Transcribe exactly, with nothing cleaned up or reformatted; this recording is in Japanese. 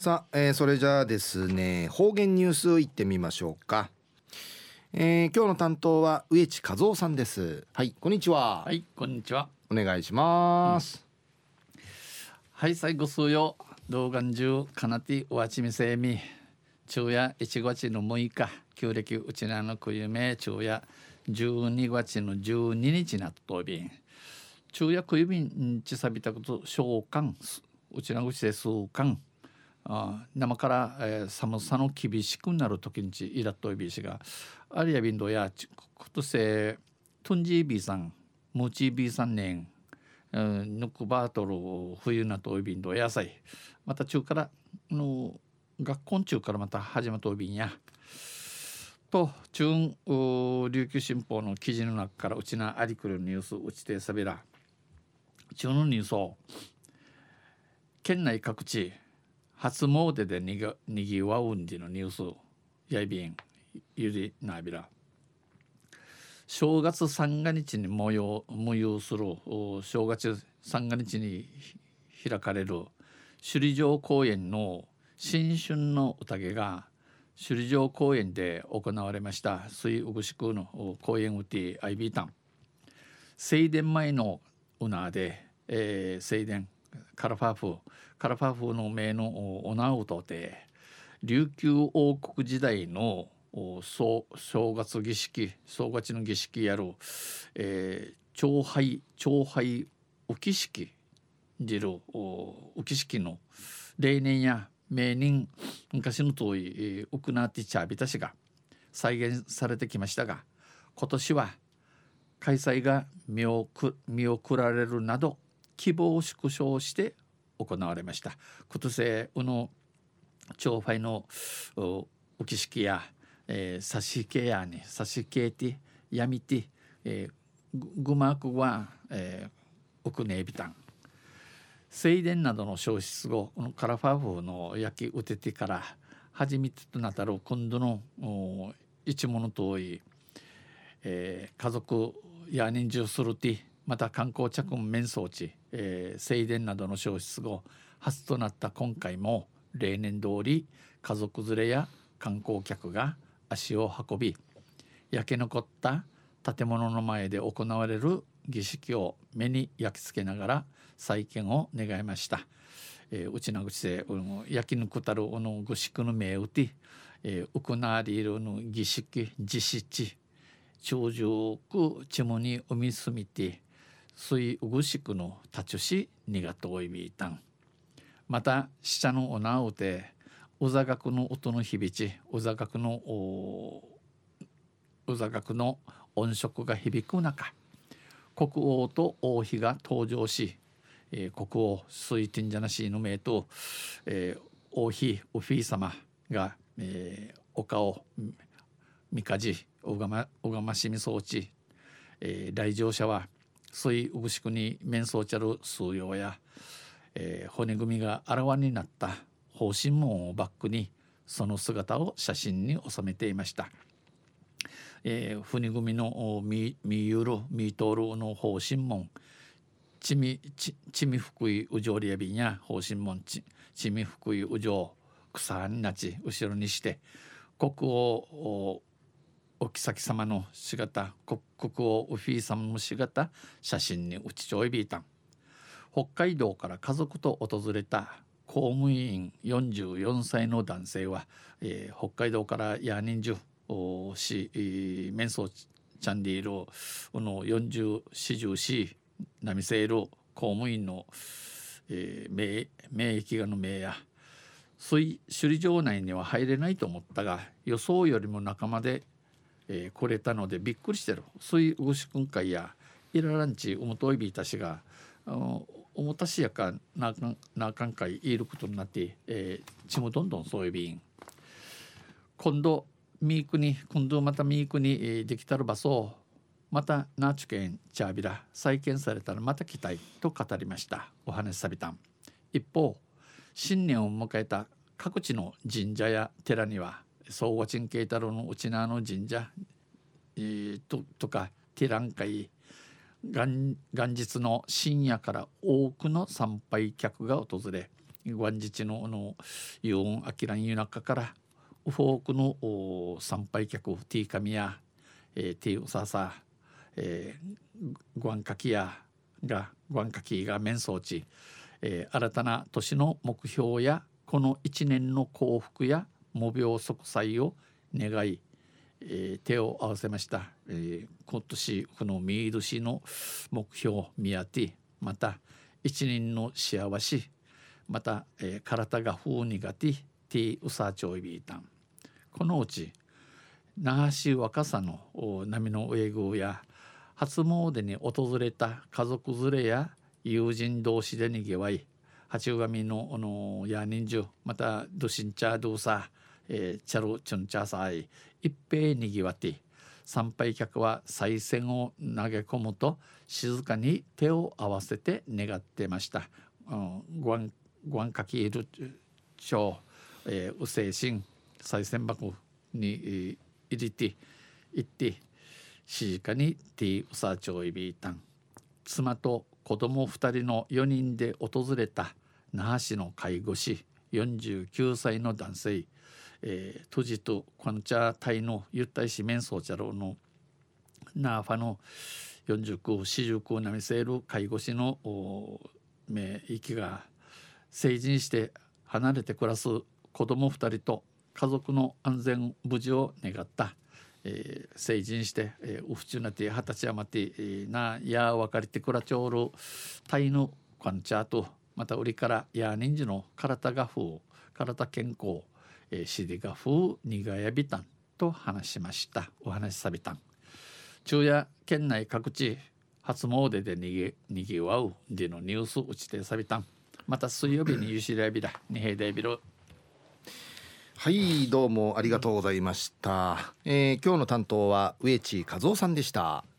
さあ、えーそれじゃあですね、方言ニュースいってみましょうか。えー今日の担当は植地和夫さんです。はい、こんにちは。 はい、こんにちは。 お願いします。 はい、最後数曜動画中かなておわちみせみ昼夜いちがつのむいか旧暦うちなのくゆめ昼夜じゅうにがつのじゅうににちなっとびん昼夜くゆびんちさびたこと召喚うちなぐちで数巻あ生から、えー寒さの厳しくなる時にちいらっといびしがありやびんどやちことせトンジービーさんムチービーさんねんヌクバートル冬なといびんど野菜また中からの学校中からまた始まったいびんやと中琉球新報の記事の中からうちなありくるニュースうちてさびら中のニュースを県内各地初詣でにぎにぎわうんじのニュースやいびんゆりなびら正月三が日に模様模様するお正月三が日に開かれる首里城公園の新春の宴が首里城公園で行われました。水うぐしくのお公園うてアイビータン正殿前のうなで、えー、正殿カラファーフカラファーフの名のおなうとて琉球王国時代のお正正月儀式正月の儀式やる、えー、長杯長杯浮式じる浮式の例年や名人昔の遠い、えー、ウクナーティチャービタシが再現されてきましたが今年は開催が見送見送られるなど規模を縮小して行われました。今年うの長杯の浮式やえー、差し系やに差し系てやみて、えー、ぐまくは、えー、うくねえびたん正殿などの消失後このカラファーフの焼きうててから初めてとなったる今度の一物遠い、えー、家族や人数するてまた観光着面装置、えー、正殿などの消失後初となった今回も例年通り家族連れや観光客が足を運び焼け残った建物の前で行われる儀式を目に焼き付けながら再建を願いました。えー、うちなぐちで、うん、焼き抜くたるおのぐしくの名うて、えー、うくなりるの儀式実施長寿くちむに海すみて水うぐしくの立ちしにがとおいびいたんまた下のおなうてうざがくの音の響ちうざがくのうざがくの音色が響く中国王と王妃が登場し、えー、国王水天じゃなしの名と、えー、王妃ウフィー様が、えー、お顔みかじおがまおがましみ装置、えー、来場者は水うぐしくに面装ちゃる数用や、えー、骨組みがあらわになった方針門をバックにその姿を写真に収めていました。えー、船組みのみみゆるみとるの方針門ちみちちみふくいうじょうりやびんや方針門ちちみふくいうじょう草になち後ろにして国王お妃様の姿国王ウフィー様の姿写真にうちちょいびいたん北海道から家族と訪れた公務員よんじゅうよんさいの男性は、えー、北海道からや人数しメンソーチャンディールのよんじゅうよんしナミセール公務員の、えー、名名役がの名や水首里城内には入れないと思ったが予想よりも仲間で、えー、来れたのでびっくりしてる水うぐしくん会やイラランチウムトイビーたちがおもたしやかなかんなかんかいいることになって、えー、ちむどんどんそういうびん今度ミークに今度またミークに、えー、できたる場所をまたナーチュケンチャービラ再建されたらまた来たいと語りました。お話しさびたん一方新年を迎えた各地の神社や寺には総合鎮慶太郎の内縄の神社、えー、と, とかティラン会元日の深夜から多くの参拝客が訪れ元日のあのユンアキランユナカからウフォークの参拝客ティーカミヤ、えー、ティーウササ、えー、グアンカキヤがグアンカキが面相地、えー、新たな年の目標やこの一年の幸福や無病息災を願い、えー、手を合わせました、えー、今年このミード市の目標ミヤティまた一年の幸せまた、えー、体が風苦手ティウサチョイビータンこのうち那覇市若狭の波の上宮や初詣に訪れた家族連れや友人同士でにぎわい八神のあのや人数またドシンチャードゥーサえー、チャルチュンチャーサイ一平にぎわって参拝客は賽銭を投げ込むと静かに手を合わせて願ってました。ごんごんかきいる町うせいしん賽銭箱に、えー、入れて行って静かにティーウサチョイビータン妻と子供ふたりのよにんで訪れた那覇市の介護士よんじゅうきゅうさいの男性えー、トジとコンチャタイのゆったいし面相茶郎のナーファのよんじゅうきゅう、しじゅうきゅうなみせる介護士の名域が成人して離れて暮らす子供ふたりと家族の安全無事を願った、えー、成人して、えー、ウフチュナティ二十歳余って、えー、なや分かりてくらちょうるタイのコンチャとまた売りからや人事の体が風体健康えー、シディガフニガヤビタンと話しました。お話しさびたん昼夜県内各地初詣でにぎ、にぎわうでのニュース打ちてさびたんまた水曜日にゆしらびらにへいでびるはいどうもありがとうございました、えー、今日の担当は植地和夫さんでした。